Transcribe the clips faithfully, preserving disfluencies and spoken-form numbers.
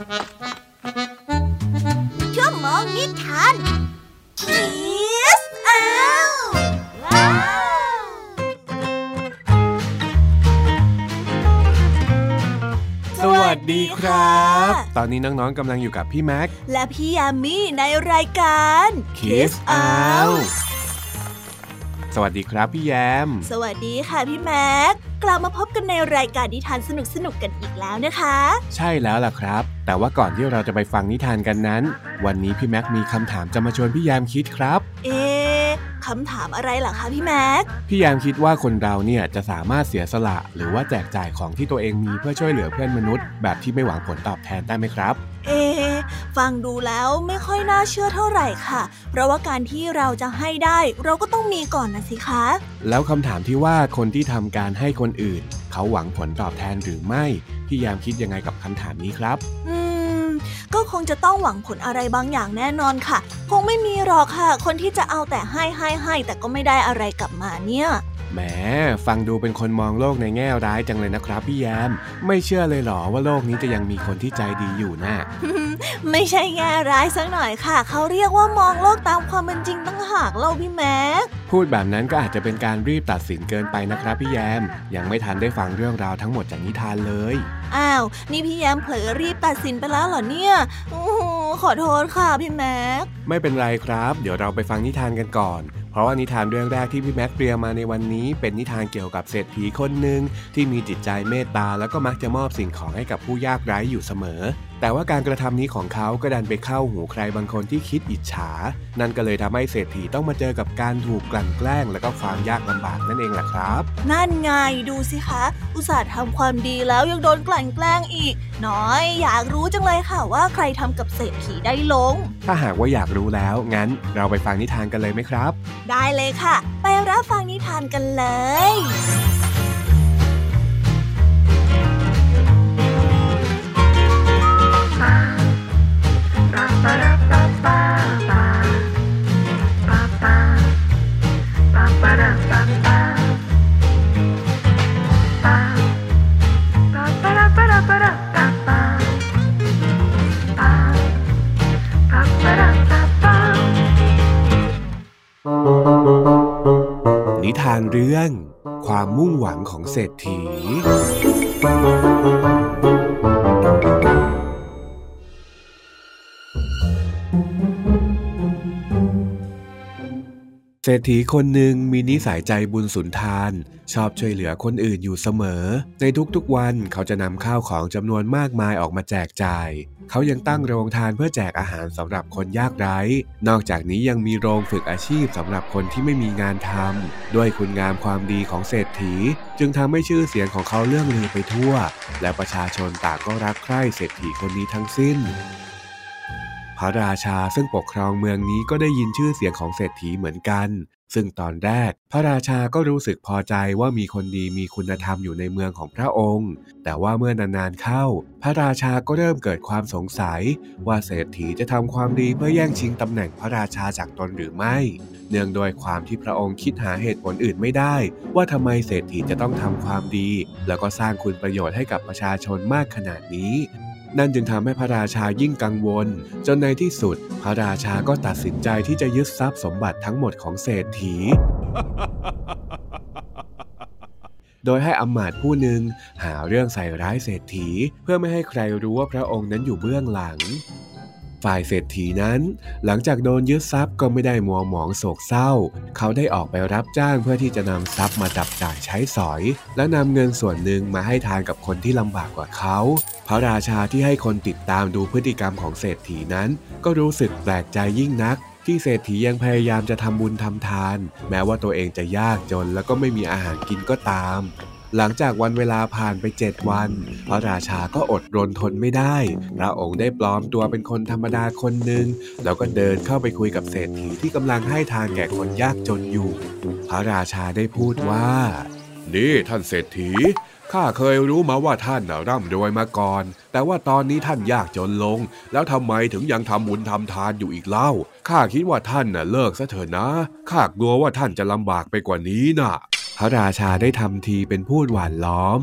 ชั่วโมงนิทาน Kiss Out ว้าวสวัสดีครับตอนนี้น้องๆกำลังอยู่กับพี่แม็กและพี่ยามีในรายการ Kiss Out สวัสดีครับพี่แยมสวัสดีค่ะพี่แม็กกลับมาพบกันในรายการนิทานสนุกๆกันอีกแล้วนะคะใช่แล้วล่ะครับแต่ว่าก่อนที่เราจะไปฟังนิทานกันนั้นวันนี้พี่แม็กมีคำถามจะมาชวนพี่แยมคิดครับเอ๊ะคำถามอะไรล่ะคะพี่แม็กพี่แยมคิดว่าคนเราเนี่ยจะสามารถเสียสละหรือว่าแจกจ่ายของที่ตัวเองมีเพื่อช่วยเหลือเพื่อนมนุษย์แบบที่ไม่หวังผลตอบแทนได้ไหมครับเอ๊ะฟังดูแล้วไม่ค่อยน่าเชื่อเท่าไหร่ค่ะเพราะว่าการที่เราจะให้ได้เราก็ต้องมีก่อนนะสิคะแล้วคำถามที่ว่าคนที่ทำการให้คนอื่นเขาหวังผลตอบแทนหรือไม่พี่ยามคิดยังไงกับคำถามนี้ครับอืมก็คงจะต้องหวังผลอะไรบางอย่างแน่นอนค่ะคงไม่มีหรอกค่ะคนที่จะเอาแต่ให้ให้ให้แต่ก็ไม่ได้อะไรกลับมาเนี่ยแหมฟังดูเป็นคนมองโลกในแง่ร้ายจังเลยนะครับพี่แยมไม่เชื่อเลยเหรอว่าโลกนี้จะยังมีคนที่ใจดีอยู่นะไม่ใช่แง่ร้ายสักหน่อยค่ะเขาเรียกว่ามองโลกตามความเป็นจริงตั้งหากเล่าพี่แม็กพูดแบบนั้นก็อาจจะเป็นการรีบตัดสินเกินไปนะครับพี่แยมยังไม่ทันได้ฟังเรื่องราวทั้งหมดจากนิทานเลยอ้าวนี่พี่แยมเผลอรีบตัดสินไปแล้วเหรอเนี่ยโอ้โหขอโทษค่ะพี่แม็กไม่เป็นไรครับเดี๋ยวเราไปฟังนิทานกันก่อนเพราะว่านิทานเรื่องแรกที่พี่แม็กเตรียมมาในวันนี้เป็นนิทานเกี่ยวกับเศรษฐีคนหนึ่งที่มีจิตใจเมตตาแล้วก็มักจะมอบสิ่งของให้กับผู้ยากไร้อยู่เสมอแต่ว่าการกระทำนี้ของเขาก็ดันไปเข้าหูใครบางคนที่คิดอิจฉานั่นก็เลยทำให้เศรษฐีต้องมาเจอกับการถูกกลั่นแกล้งและก็ความยากลำบากนั่นเองแหละครับนั่นไงดูสิคะอุตส่าห์ทำความดีแล้วยังโดนกลั่นแกล้งอีกน้อยอยากรู้จังเลยค่ะว่าใครทำกับเศรษฐีได้ลงถ้าหากว่าอยากรู้แล้วงั้นเราไปฟังนิทานกันเลยไหมครับได้เลยค่ะไปรับฟังนิทานกันเลยนิทานเรื่องความมุ่งหวังของเศรษฐีเศรษฐีคนหนึ่งมีนิสัยใจบุญสุนทานชอบช่วยเหลือคนอื่นอยู่เสมอในทุกๆวันเขาจะนำข้าวของจำนวนมากมายออกมาแจกจ่ายเขายังตั้งโรงทานเพื่อแจกอาหารสำหรับคนยากไร้นอกจากนี้ยังมีโรงฝึกอาชีพสำหรับคนที่ไม่มีงานทำด้วยคุณงามความดีของเศรษฐีจึงทำให้ชื่อเสียงของเขาเลื่องลือไปทั่วและประชาชนต่างก็รักใคร่เศรษฐีคนนี้ทั้งสิ้นพระราชาซึ่งปกครองเมืองนี้ก็ได้ยินชื่อเสียงของเศรษฐีเหมือนกันซึ่งตอนแรกพระราชาก็รู้สึกพอใจว่ามีคนดีมีคุณธรรมอยู่ในเมืองของพระองค์แต่ว่าเมื่อนานๆเข้าพระราชาก็เริ่มเกิดความสงสัยว่าเศรษฐีจะทำความดีเพื่อแย่งชิงตำแหน่งพระราชาจากตนหรือไม่เนื่องโดยความที่พระองค์คิดหาเหตุผลอื่นไม่ได้ว่าทำไมเศรษฐีจะต้องทำความดีแล้วก็สร้างคุณประโยชน์ให้กับประชาชนมากขนาดนี้นั่นจึงทำให้พระราชายิ่งกังวลจนในที่สุดพระราชาก็ตัดสินใจที่จะยึดทรัพย์สมบัติทั้งหมดของเศรษฐี โดยให้อำมาตย์ผู้หนึ่งหาเรื่องใส่ร้ายเศรษฐีเพื่อไม่ให้ใครรู้ว่าพระองค์นั้นอยู่เบื้องหลังฝ่ายเศรษฐีนั้นหลังจากโดนยึดทรัพย์ก็ไม่ได้มัวหมองโศกเศร้าเขาได้ออกไปรับจ้างเพื่อที่จะนำทรัพย์มาจับจ่ายใช้สอยและนำเงินส่วนหนึ่งมาให้ทานกับคนที่ลำบากกว่าเขาพระราชาที่ให้คนติดตามดูพฤติกรรมของเศรษฐีนั้นก็รู้สึกแปลกใจยิ่งนักที่เศรษฐียังพยายามจะทำบุญทำทานแม้ว่าตัวเองจะยากจนแล้วก็ไม่มีอาหารกินก็ตามหลังจากวันเวลาผ่านไปเจ็ดวันพระราชาก็อดรนทนไม่ได้พระองค์ได้ปลอมตัวเป็นคนธรรมดาคนหนึ่งแล้วก็เดินเข้าไปคุยกับเศรษฐีที่กำลังให้ทานแก่คนยากจนอยู่พระราชาได้พูดว่านี่ท่านเศรษฐีข้าเคยรู้มาว่าท่านน่ะร่ำรวยมาก่อนแต่ว่าตอนนี้ท่านยากจนลงแล้วทำไมถึงยังทำบุญทำทานอยู่อีกเล่าข้าคิดว่าท่านน่ะเลิกซะเถอะนะข้ากลัวว่าท่านจะลำบากไปกว่านี้น่ะพระราชาได้ทำทีเป็นพูดหวานล้อม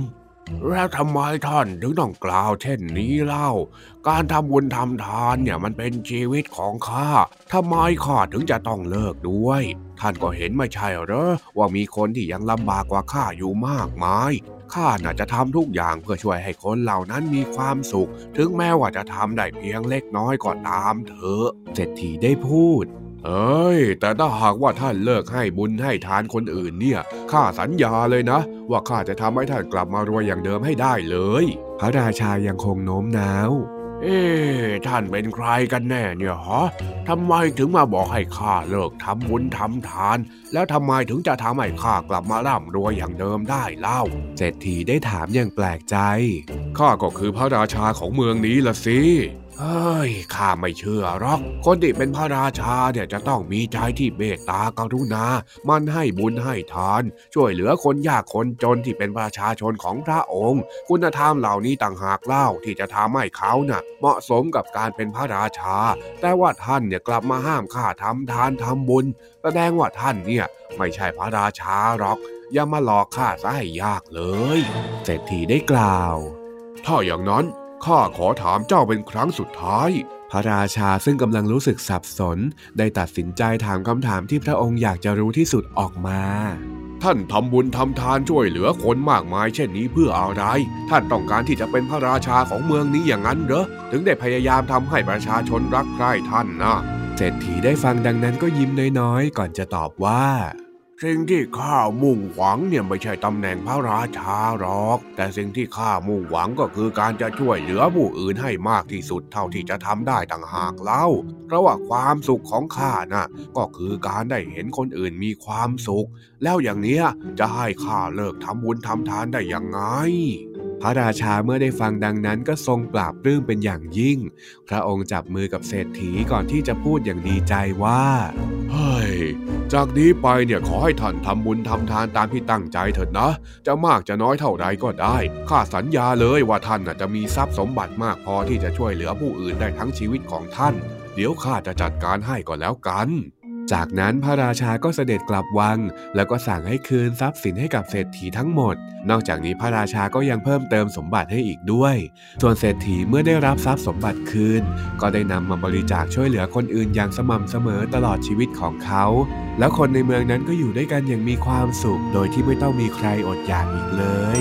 แล้วทำไมท่านถึงต้องกล่าวเช่นนี้เล่าการทำบุญทำทานเนี่ยมันเป็นชีวิตของข้าทำไมข้าถึงจะต้องเลิกด้วยท่านก็เห็นไม่ใช่เหรอว่ามีคนที่ยังลำบากกว่าข้าอยู่มากมายข้าน่าจะทำทุกอย่างเพื่อช่วยให้คนเหล่านั้นมีความสุขถึงแม้ว่าจะทำได้เพียงเล็กน้อยก็ตามเถอะเศรษฐีได้พูดเอ้ยแต่ถ้าหากว่าท่านเลิกให้บุญให้ทานคนอื่นเนี่ยข้าสัญญาเลยนะว่าข้าจะทำให้ท่านกลับมารวยอย่างเดิมให้ได้เลยพระราชายังคงโน้มน้าวเอ๊ะท่านเป็นใครกันแน่เนี่ยฮะทำไมถึงมาบอกให้ข้าเลิกทำบุญทำทานแล้วทำไมถึงจะทำให้ข้ากลับมาร่ำรวยอย่างเดิมได้เล่าเศรษฐีได้ถามอย่างแปลกใจข้าก็คือพระราชาของเมืองนี้ละสิเฮ้ยข้าไม่เชื่อหรอกคนที่เป็นพระราชาเนี่ยจะต้องมีใจที่เมตตากรุณามันให้บุญให้ทานช่วยเหลือคนยากคนจนที่เป็นประชาชนของพระองค์คุณธรรมเหล่านี้ต่างหากเล่าที่จะทำให้เขาน่ะเหมาะสมกับการเป็นพระราชาแต่ว่าท่านเนี่ยกลับมาห้ามข้าทำทานทำบุญแสดงว่าท่านเนี่ยไม่ใช่พระราชาหรอกอย่ามาหลอกข้าซะให้ยากเลยเศรษฐีได้กล่าวถ้าอย่างนั้นข้าขอถามเจ้าเป็นครั้งสุดท้ายพระราชาซึ่งกำลังรู้สึกสับสนได้ตัดสินใจถามคำถามที่พระองค์อยากจะรู้ที่สุดออกมาท่านทำบุญทำทานช่วยเหลือคนมากมายเช่นนี้เพื่ออะไรท่านต้องการที่จะเป็นพระราชาของเมืองนี้อย่างนั้นเหรอถึงได้พยายามทำให้ประชาชนรักใคร่ท่านนะเศรษฐีได้ฟังดังนั้นก็ยิ้มน้อยๆก่อนจะตอบว่าสิ่งที่ข้ามุ่งหวังเนี่ยไม่ใช่ตำแหน่งพระราชาหรอกแต่สิ่งที่ข้ามุ่งหวังก็คือการจะช่วยเหลือผู้อื่นให้มากที่สุดเท่าที่จะทำได้ต่างหากเล่าเพราะว่าความสุขของข้าน่ะก็คือการได้เห็นคนอื่นมีความสุขแล้วอย่างเนี้ยจะให้ข้าเลิกทำบุญทำทานได้ยังไงพระราชาเมื่อได้ฟังดังนั้นก็ทรงปลาบปลื้มเป็นอย่างยิ่งพระองค์จับมือกับเศรษฐีก่อนที่จะพูดอย่างดีใจว่าเฮ้ยจากนี้ไปเนี่ยขอให้ท่านทำบุญทำทานตามที่ตั้งใจเถิดนะจะมากจะน้อยเท่าใดก็ได้ข้าสัญญาเลยว่าท่านน่ะจะมีทรัพย์สมบัติมากพอที่จะช่วยเหลือผู้อื่นได้ทั้งชีวิตของท่านเดี๋ยวข้าจะจัดการให้ก็แล้วกันจากนั้นพระราชาก็เสด็จกลับวังแล้วก็สั่งให้คืนทรัพย์สินให้กับเศรษฐีทั้งหมดนอกจากนี้พระราชาก็ยังเพิ่มเติมสมบัติให้อีกด้วยส่วนเศรษฐีเมื่อได้รับทรัพย์สมบัติคืนก็ได้นำมาบริจาคช่วยเหลือคนอื่นอย่างสม่ำเสมอตลอดชีวิตของเขาแล้วคนในเมืองนั้นก็อยู่ด้วยกันอย่างมีความสุขโดยที่ไม่ต้องมีใครอดอยากอีกเลย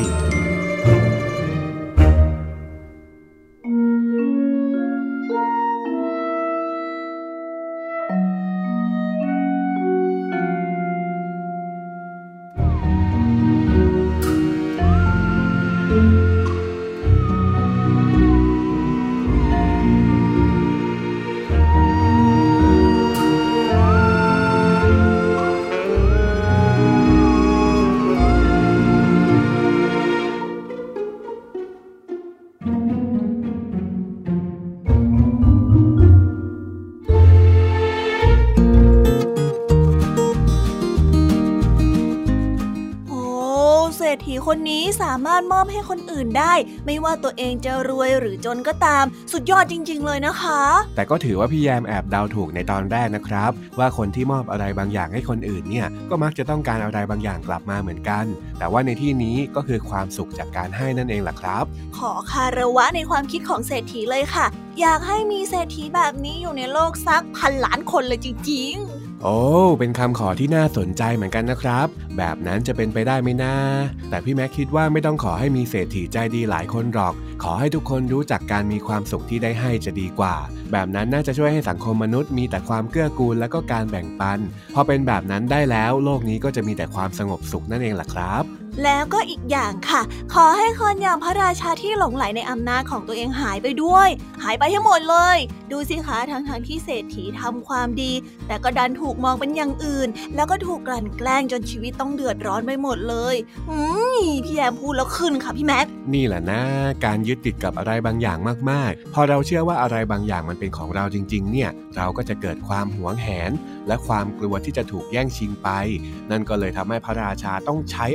เศรษฐีคนนี้สามารถมอบให้คนอื่นได้ไม่ว่าตัวเองจะรวยหรือจนก็ตามสุดยอดจริงๆเลยนะคะแต่ก็ถือว่าพี่แยมแอบเดาถูกในตอนแรกนะครับว่าคนที่มอบอะไรบางอย่างให้คนอื่นเนี่ยก็มักจะต้องการอะไรบางอย่างกลับมาเหมือนกันแต่ว่าในที่นี้ก็คือความสุขจากการให้นั่นเองล่ะครับขอคารวะในความคิดของเศรษฐีเลยค่ะอยากให้มีเศรษฐีแบบนี้อยู่ในโลกสักพันล้านคนเลยจริงๆโอ้เป็นคำขอที่น่าสนใจเหมือนกันนะครับแบบนั้นจะเป็นไปได้ไหมนะแต่พี่แม็กคิดว่าไม่ต้องขอให้มีเศรษฐีใจดีหลายคนหรอกขอให้ทุกคนรู้จักการมีความสุขที่ได้ให้จะดีกว่าแบบนั้นน่าจะช่วยให้สังคมมนุษย์มีแต่ความเกื้อกูลและก็การแบ่งปันพอเป็นแบบนั้นได้แล้วโลกนี้ก็จะมีแต่ความสงบสุขนั่นเองล่ะครับแล้วก็อีกอย่างค่ะขอให้คนอย่างพระราชาที่หลงไหลในอำนาจของตัวเองหายไปด้วยหายไปให้หมดเลยดูสิคะทั้งทางที่เศรษฐีทำความดีแต่ก็ดันถูกมองเป็นอย่างอื่นแล้วก็ถูกกลั่นแกล้งจนชีวิตต้องเดือดร้อนไปหมดเลยอืมพี่แยมพูดแล้วขึ้นค่ะพี่แม็กนี่แหละนะการยึดติดกับอะไรบางอย่างมากๆพอเราเชื่อว่าอะไรบางอย่างมันเป็นของเราจริงๆเนี่ยเราก็จะเกิดความหวงแหนและความกลัวที่จะถูกแย่งชิงไปนั่นก็เลยทำให้พระราชาต้องใช้อำนาจ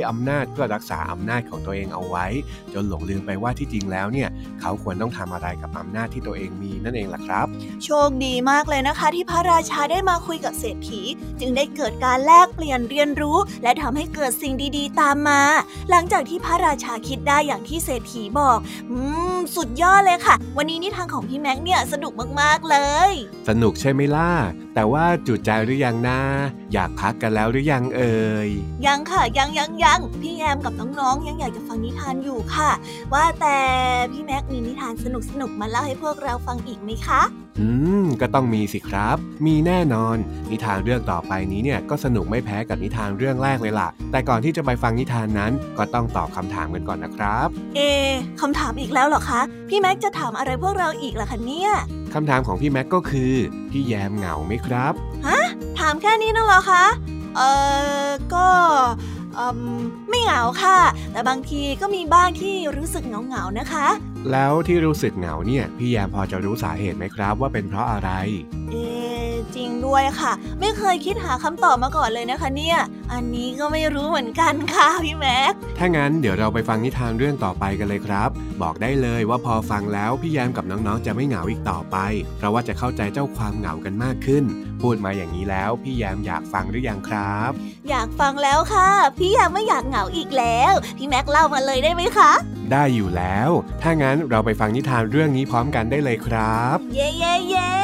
เพื่อรักษาอำนาจของตัวเองเอาไว้จนหลงลืมไปว่าที่จริงแล้วเนี่ยเขาควรต้องทำอะไรกับอำนาจที่ตัวเองมีนั่นเองล่ะครับโชคดีมากเลยนะคะที่พระราชาได้มาคุยกับเศรษฐีจึงได้เกิดการแลกเปลี่ยนเรียนรู้และทำให้เกิดสิ่งดีๆตามมาหลังจากที่พระราชาคิดได้อย่างที่เศรษฐีบอกอืมสุดยอดเลยค่ะวันนี้นิทานของพี่แม็กเนี่ยสนุกมากๆเลยสนุกใช่ไหมล่ะแต่ว่าจุใจหรือยังนะอยากพักกันแล้วหรือยังเอ่ยยังค่ะยังยังยังพี่แยมกับน้องๆยังอยากจะฟังนิทานอยู่ค่ะว่าแต่พี่แม็กมีนิทานสนุกๆมาเล่าให้พวกเราฟังอีกไหมคะอืมก็ต้องมีสิครับมีแน่นอนนิทานเรื่องต่อไปนี้เนี่ยก็สนุกไม่แพ้กับนิทานเรื่องแรกเลยล่ะแต่ก่อนที่จะไปฟังนิทานนั้นก็ต้องตอบคำถามกันก่อนนะครับเอคำถามอีกแล้วเหรอคะพี่แม็กจะถามอะไรพวกเราอีกล่ะคะเนี่ยคำถามของพี่แม็กก็คือพี่แยมเหงาไหมครับฮะถามแค่นี้น่ะเหรอคะเออก็ไม่เหงาค่ะแต่บางทีก็มีบ้างที่รู้สึกเหงาๆนะคะแล้วที่รู้สึกเหงาเนี่ยพี่แยมพอจะรู้สาเหตุไหมครับว่าเป็นเพราะอะไรเอ๊ะจริงด้วยค่ะไม่เคยคิดหาคำตอบมาก่อนเลยนะคะเนี่ยอันนี้ก็ไม่รู้เหมือนกันค่ะพี่แม็กถ้างั้นเดี๋ยวเราไปฟังนิทานเรื่องต่อไปกันเลยครับบอกได้เลยว่าพอฟังแล้วพี่แยมกับน้องๆจะไม่เหงาอีกต่อไปเพราะว่าจะเข้าใจเจ้าความเหงากันมากขึ้นพูดมาอย่างนี้แล้วพี่แยมอยากฟังหรือยังครับอยากฟังแล้วค่ะพี่แยมไม่อยากเหงาอีกแล้วพี่แม็กเล่ามาเลยได้ไหมคะได้อยู่แล้วถ้างั้นเราไปฟังนิทานเรื่องนี้พร้อมกันได้เลยครับเย้เย้เย้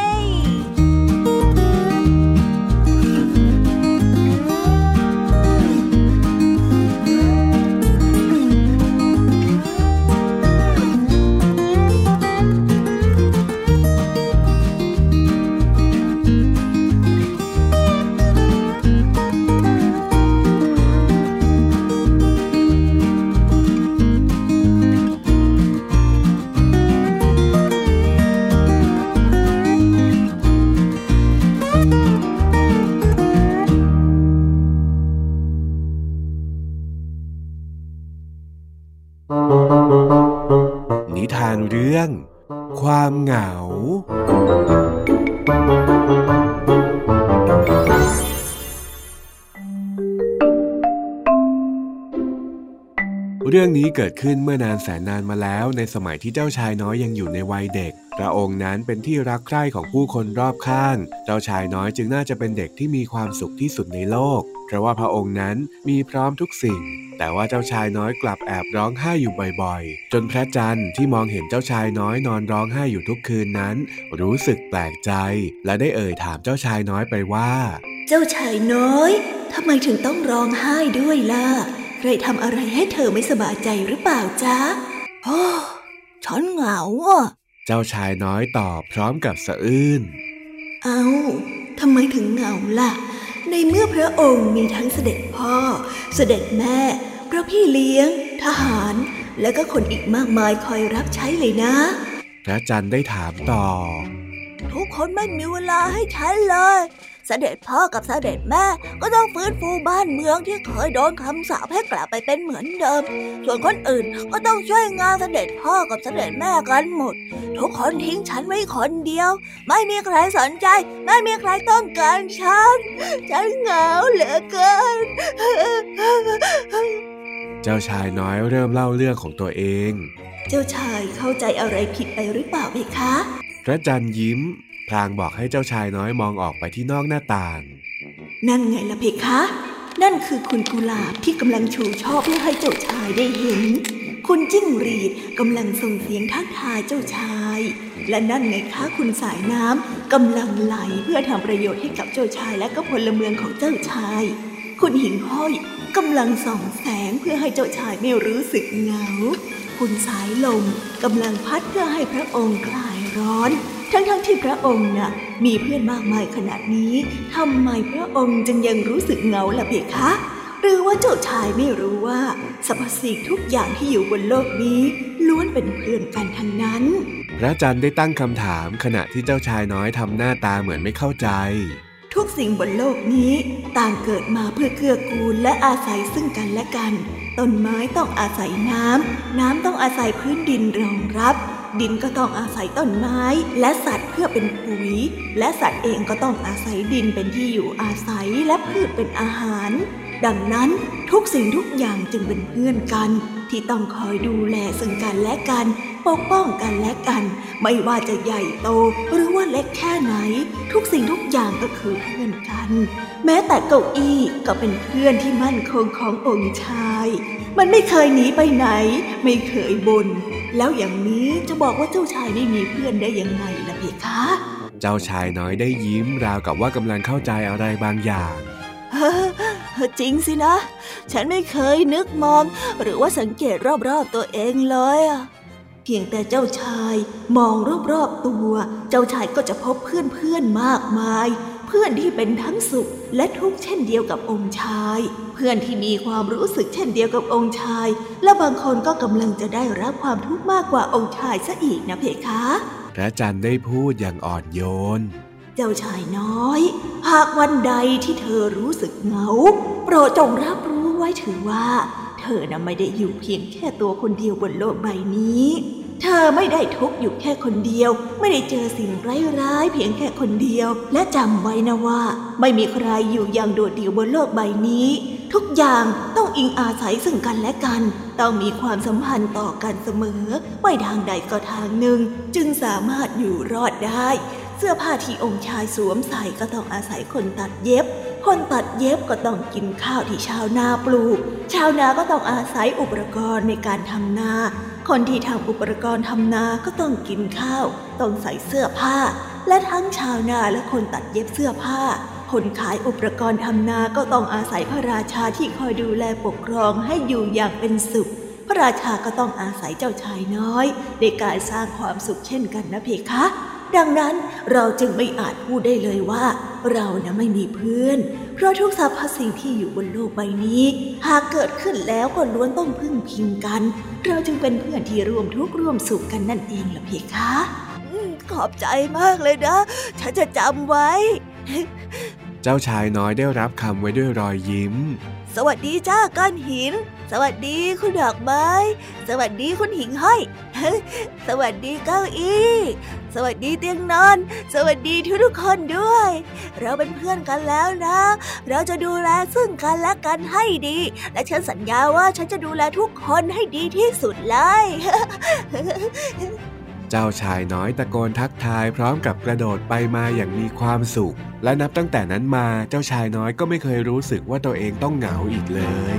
นิทานเรื่องความเหงาเรื่องนี้เกิดขึ้นเมื่อนานแสนนานมาแล้วในสมัยที่เจ้าชายน้อยยังอยู่ในวัยเด็กพระองค์นั้นเป็นที่รักใคร่ของผู้คนรอบข้างเจ้าชายน้อยจึงน่าจะเป็นเด็กที่มีความสุขที่สุดในโลกเพราะว่าพระองค์นั้นมีพร้อมทุกสิ่งแต่ว่าเจ้าชายน้อยกลับแอบร้องไห้อยู่บ่อยๆจนพระจันทร์ที่มองเห็นเจ้าชายน้อยนอนร้องไห้อยู่ทุกคืนนั้นรู้สึกแปลกใจและได้เอ่ยถามเจ้าชายน้อยไปว่าเจ้าชายน้อยทำไมถึงต้องร้องไห้ด้วยล่ะใครทำอะไรให้เธอไม่สบายใจหรือเปล่าจ๊ะโอ้ฉันเหงาอ่ะเจ้าชายน้อยตอบพร้อมกับสะอื้นเอ้าทำไมถึงเหงาล่ะในเมื่อพระองค์มีทั้งเสด็จพ่อเสด็จแม่พระพี่เลี้ยงทหารและก็คนอีกมากมายคอยรับใช้เลยนะพระจันทร์ได้ถามต่อทุกคนไม่มีเวลาให้ฉันเลยเสด็จพ่อกับเสด็จแม่ก็ต้องฟื้นฟูบ้านเมืองที่เคยโดนคำสาปให้กลับไปเป็นเหมือนเดิมส่วนคนอื่นก็ต้องช่วยงานเสด็จพ่อกับเสด็จแม่กันหมดทุกคนทิ้งฉันไว้คนเดียวไม่มีใครสนใจไม่มีใครต้องการฉันฉันเหงาเหลือเกินเจ้าชายน้อยเริ่มเล่าเรื่องของตัวเองเจ้าชายเข้าใจอะไรผิดไปหรือเปล่าเพคะพระจันทร์ยิ้มพลางบอกให้เจ้าชายน้อยมองออกไปที่นอกหน้าต่างนั่นไงล่ะเพคะนั่นคือคุณกุหลาบที่กำลังชูช่อเพื่อให้เจ้าชายได้เห็นคุณจิ้งหรีดกำลังส่งเสียงทักทายเจ้าชายและนั่นไงคะคุณสายน้ำกำลังไหลเพื่อทำประโยชน์ให้กับเจ้าชายและก็พลเมืองของเจ้าชายคุณหิ่งห้อยกำลังส่องแสงเพื่อให้เจ้าชายไม่รู้สึกเหงาคุณสายลมกำลังพัดเพื่อให้พระองค์คลายร้อนทั้งๆที่พระองค์น่ะมีเพื่อนมากมายขนาดนี้ทำไมพระองค์จึงยังรู้สึกเหงาล่ะเพคะหรือว่าเจ้าชายไม่รู้ว่าสรรพสิ่งทุกอย่างที่อยู่บนโลกนี้ล้วนเป็นเพื่อนกันทั้งนั้นพระจันทร์ได้ตั้งคำถามขณะที่เจ้าชายน้อยทำหน้าตาเหมือนไม่เข้าใจทุกสิ่งบนโลกนี้ต่างเกิดมาเพื่อเกื้อกูลและอาศัยซึ่งกันและกันต้นไม้ต้องอาศัยน้ำน้ำต้องอาศัยพื้นดินรองรับดินก็ต้องอาศัยต้นไม้และสัตว์เพื่อเป็นปุ๋ยและสัตว์เองก็ต้องอาศัยดินเป็นที่อยู่อาศัยและพืชเป็นอาหารดังนั้นททุกสิ่งทุกอย่างจึงเป็นเพื่อนกันที่ต้องคอยดูแลซึ่งกันและกันปกป้องกันและกันไม่ว่าจะใหญ่โตหรือว่าเล็กแค่ไหนทุกสิ่งทุกอย่างก็คือเพื่อนกันแม้แต่เก้าอี้ก็เป็นเพื่อนที่มั่นคงขององค์ชายมันไม่เคยหนีไปไหนไม่เคยบ่นแล้วอย่างนี้จะบอกว่าเจ้าชายไม่มีเพื่อนได้ยังไงล่ะเพคะเจ้าชายน้อยได้ยิ้มราวกับว่ากำลังเข้าใจอะไรบางอย่างจริงสินะฉันไม่เคยนึกมองหรือว่าสังเกตรอบๆตัวเองเลยเพียงแต่เจ้าชายมองรอบๆตัวเจ้าชายก็จะพบเพื่อนๆมากมายเพื่อนที่เป็นทั้งสุขและทุกข์เช่นเดียวกับองค์ชายเพื่อนที่มีความรู้สึกเช่นเดียวกับองค์ชายและบางคนก็กำลังจะได้รับความทุกข์มากกว่าองค์ชายซะอีกนะเพคะพระจันทร์ได้พูดอย่างอ่อนโยนเจ้าชายน้อยหากวันใดที่เธอรู้สึกเหงาโปรดจงรับรู้ไว้เถอะว่าเธอน่ะไม่ได้อยู่เพียงแค่ตัวคนเดียวบนโลกใบนี้เธอไม่ได้ทุกข์อยู่แค่คนเดียวไม่ได้เจอสิ่งร้ายๆเพียงแค่คนเดียวและจำไว้นะว่าไม่มีใครอยู่อย่างโดดเดี่ยวบนโลกใบนี้ทุกอย่างต้องอิงอาศัยซึ่งกันและกันต้องมีความสัมพันธ์ต่อกันเสมอไม่ทางใดก็ทางหนึ่งจึงสามารถอยู่รอดได้เสื้อผ้าที่องค์ชายสวมใส่ก็ต้องอาศัยคนตัดเย็บคนตัดเย็บก็ต้องกินข้าวที่ชาวนาปลูกชาวนาก็ต้องอาศัยอุปกรณ์ในการทำนาคนที่ทำอุปกรณ์ทำนาก็ต้องกินข้าวต้องใส่เสื้อผ้าและทั้งชาวนาและคนตัดเย็บเสื้อผ้าคนขายอุปกรณ์ทำนาก็ต้องอาศัยพระราชาที่คอยดูแลปกครองให้อยู่อย่างเป็นสุขพระราชาก็ต้องอาศัยเจ้าชายน้อยในการสร้างความสุขเช่นกันนะเพคะดังนั้นเราจึงไม่อาจพูดได้เลยว่าเรานะไม่มีเพื่อนเพราะทุกสรรพสิ่งที่อยู่บนโลกใบนี้หากเกิดขึ้นแล้วก็ล้วนต้องพึ่งพิงกันเราจึงเป็นเพื่อนที่ร่วมทุกข์ร่วมสุขกันนั่นเองล่ะเพคะขอบใจมากเลยนะฉันจะจำไว้เจ้าชายน้อยได้รับคำไว้ด้วยรอยยิ้มสวัสดีจ้าก้อนหินสวัสดีคุณดอกไม้สวัสดีคุณหิ่งห้อยสวัสดีเก้าอี้สวัสดีเตียงนอนสวัสดีทุกๆคนด้วยเราเป็นเพื่อนกันแล้วนะเราจะดูแลซึ่งกันและกันให้ดีและฉันสัญญาว่าฉันจะดูแลทุกคนให้ดีที่สุดเลยเจ้าชายน้อยตะโกนทักทายพร้อมกับกระโดดไปมาอย่างมีความสุขและนับตั้งแต่นั้นมาเจ้าชายน้อยก็ไม่เคยรู้สึกว่าตัวเองต้องเหงาอีกเลย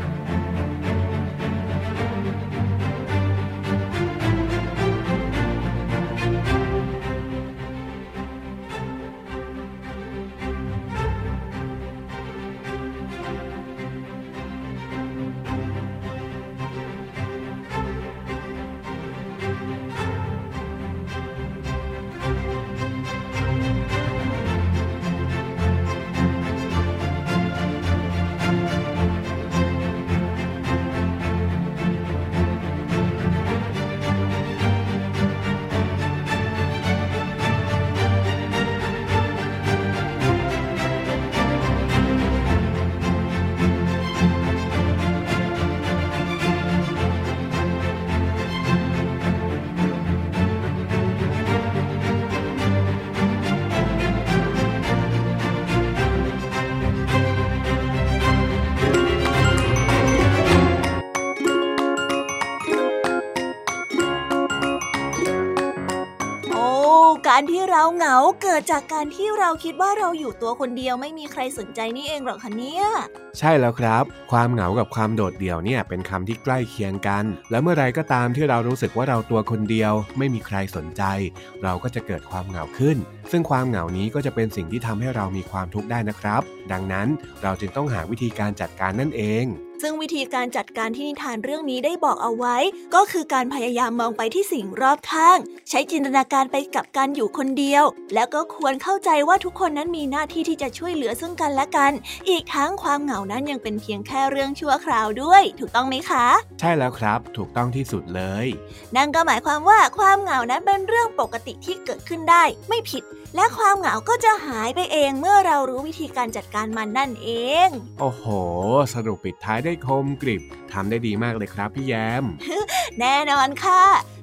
การที่เราเหงาเกิดจากการที่เราคิดว่าเราอยู่ตัวคนเดียวไม่มีใครสนใจนี่เองหรอคะเนี่ยใช่แล้วครับความเหงากับความโดดเดี่ยวเนี่ยเป็นคำที่ใกล้เคียงกันและเมื่อไรก็ตามที่เรารู้สึกว่าเราตัวคนเดียวไม่มีใครสนใจเราก็จะเกิดความเหงาขึ้นซึ่งความเหงานี้ก็จะเป็นสิ่งที่ทำให้เรามีความทุกข์ได้นะครับดังนั้นเราจึงต้องหาวิธีการจัดการนั่นเองซึ่งวิธีการจัดการที่นิทานเรื่องนี้ได้บอกเอาไว้ก็คือการพยายามมองไปที่สิ่งรอบข้างใช้จินตนาการไปกับการอยู่คนเดียวแล้วก็ควรเข้าใจว่าทุกคนนั้นมีหน้าที่ที่จะช่วยเหลือซึ่งกันและกันอีกทั้งความเหงานั้นยังเป็นเพียงแค่เรื่องชั่วคราวด้วยถูกต้องไหมคะใช่แล้วครับถูกต้องที่สุดเลยนั่นก็หมายความว่าความเหงานั้นเป็นเรื่องปกติที่เกิดขึ้นได้ไม่ผิดและความเหงาก็จะหายไปเองเมื่อเรารู้วิธีการจัดการมันนั่นเองโอ้โหสรุปปิดท้ายได้คมกริบทำได้ดีมากเลยครับพี่แยมแน่นอนค่ะ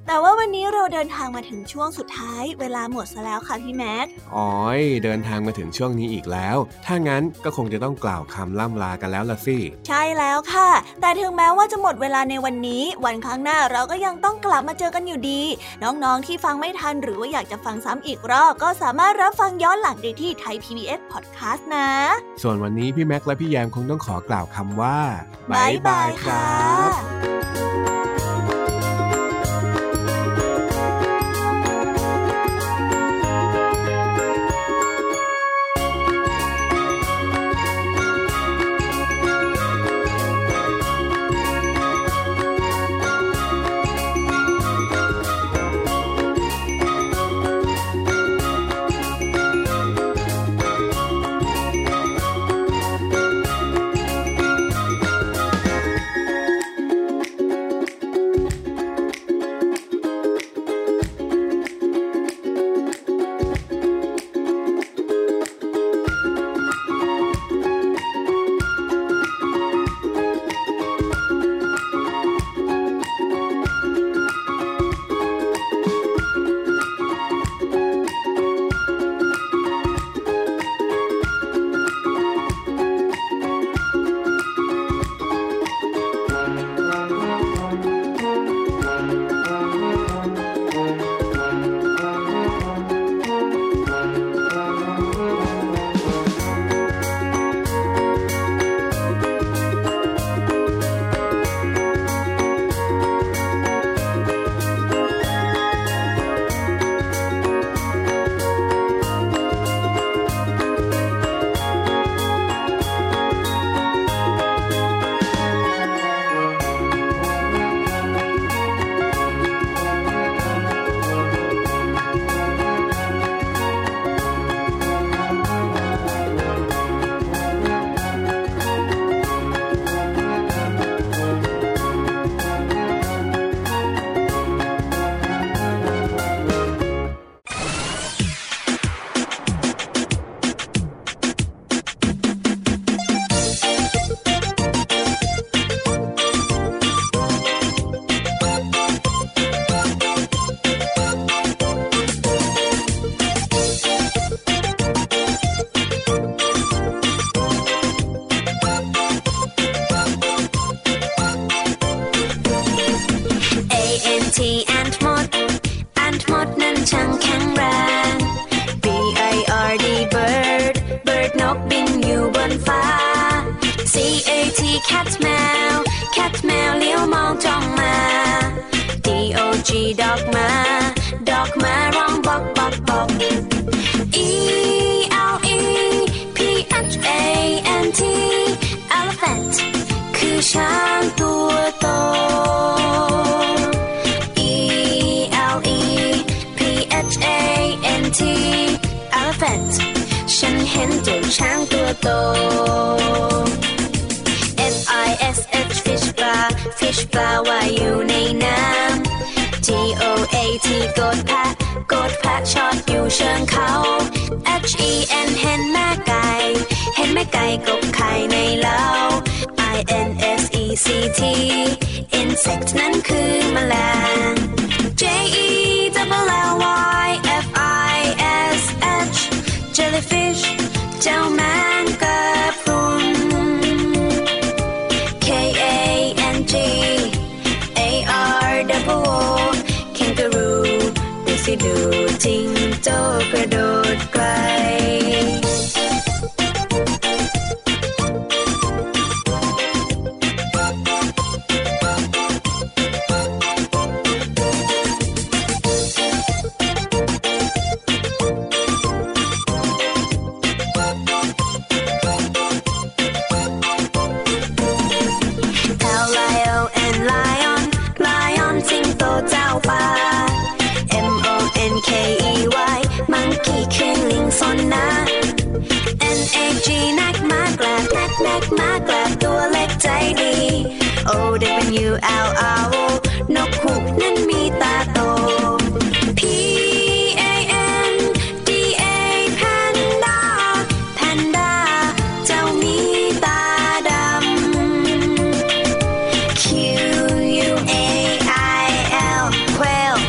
แต่ว่าวันนี้เราเดินทางมาถึงช่วงสุดท้ายเวลาหมดซะแล้วค่ะพี่แม็กอ๋อยเดินทางมาถึงช่วงนี้อีกแล้วถ้างั้นก็คงจะต้องกล่าวคำล่ำลากันแล้วล่ะสิใช่แล้วค่ะแต่ถึงแม้ว่าจะหมดเวลาในวันนี้วันข้างหน้าเราก็ยังต้องกลับมาเจอกันอยู่ดีน้องๆที่ฟังไม่ทันหรือว่าอยากจะฟังซ้ำอีกรอบก็สามารถรับฟังย้อนหลังได้ที่ Thai พี บี เอส Podcast นะส่วนวันนี้พี่แม็กและพี่แยมคงต้องขอกล่าวคำว่าบ๊ายบายครับ insect นั้นคือแมลง J E L L Y F I S H jellyfish เจ้าแมงกะพรุน K A N G A R O O kangaroo ดูสิดูจิงโจ้กระโดดไกลU L L นกฮูกนั้นมีตาโต P A N D A Panda Panda เจ้ามีตาดำ Q U A I L Quail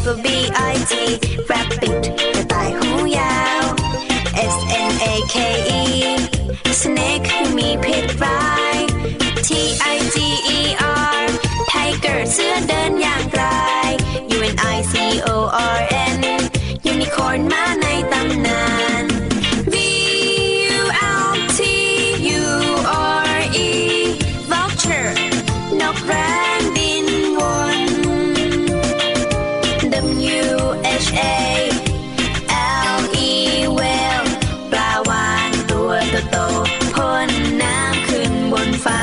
double B I T rabbit กระต่ายหูยาว S N A K E snake มีพิษร้าย T I G E R tiger เสือเดินอย่างไกล U N I C O R N unicorn ม้าในตำนาน V U L T U R E vulture นกแร้งบินวน W H A L E whale ปลาวาฬตัวโตๆพ่นน้ำขึ้นบนฟ้า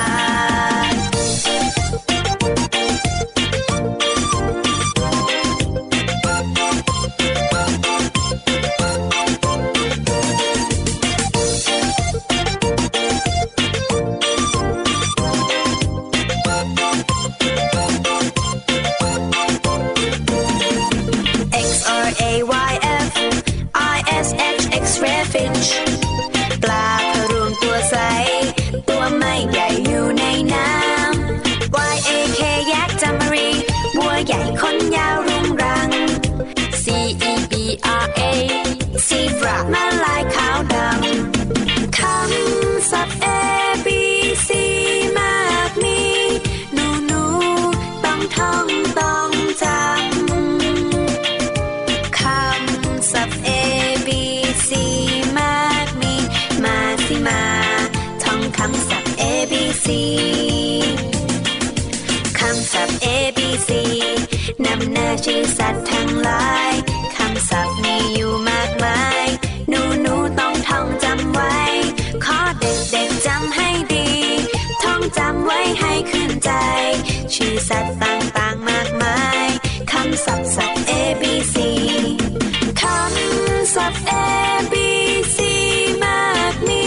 ปลาพะรวมตัวใสตัวไม่ใหญ่อยู่ในน้ำ Y A K ยักษ์จามรีบัวใหญ่ขนยาวรุงรัง C E B R A zebra ม้าลายขาวดำคำศัพท์ A B C มากมีหนูหนูต้องท่องต้องจำคำศัพท์ A B Cมาท่องคำศัพท์ A B C คำศัพท์ A B C นำหน้าชื่อสัตว์ทั้งหลายคำศัพท์มีอยู่มากมายหนูหนูต้องท่องจำไว้ขอเด็กๆจำให้ดีท่องจำไว้ให้ขึ้นใจชื่อสัตว์ต่างๆมากมายคำศัพท์ศัพท์ A B C คำศัพท์ A B C มากมี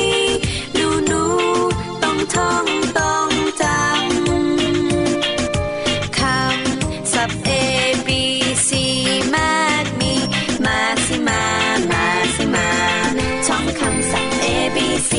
ท่องต้องจำคำศัพท์ A B C มากมีมาสิมามาสิมาท่องคำศัพท์ A B C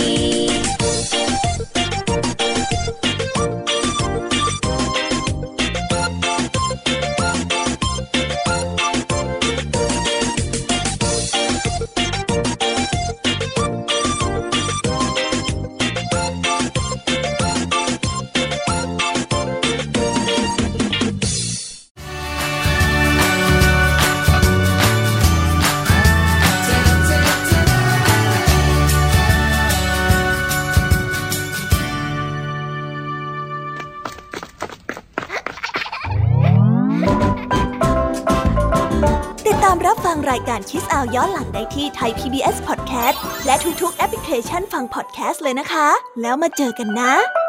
รับฟังรายการ Kids Hour ย้อนหลังได้ที่ Thai พี บี เอส Podcast และทุกๆแอปพลิเคชันฟัง podcast เลยนะคะแล้วมาเจอกันนะ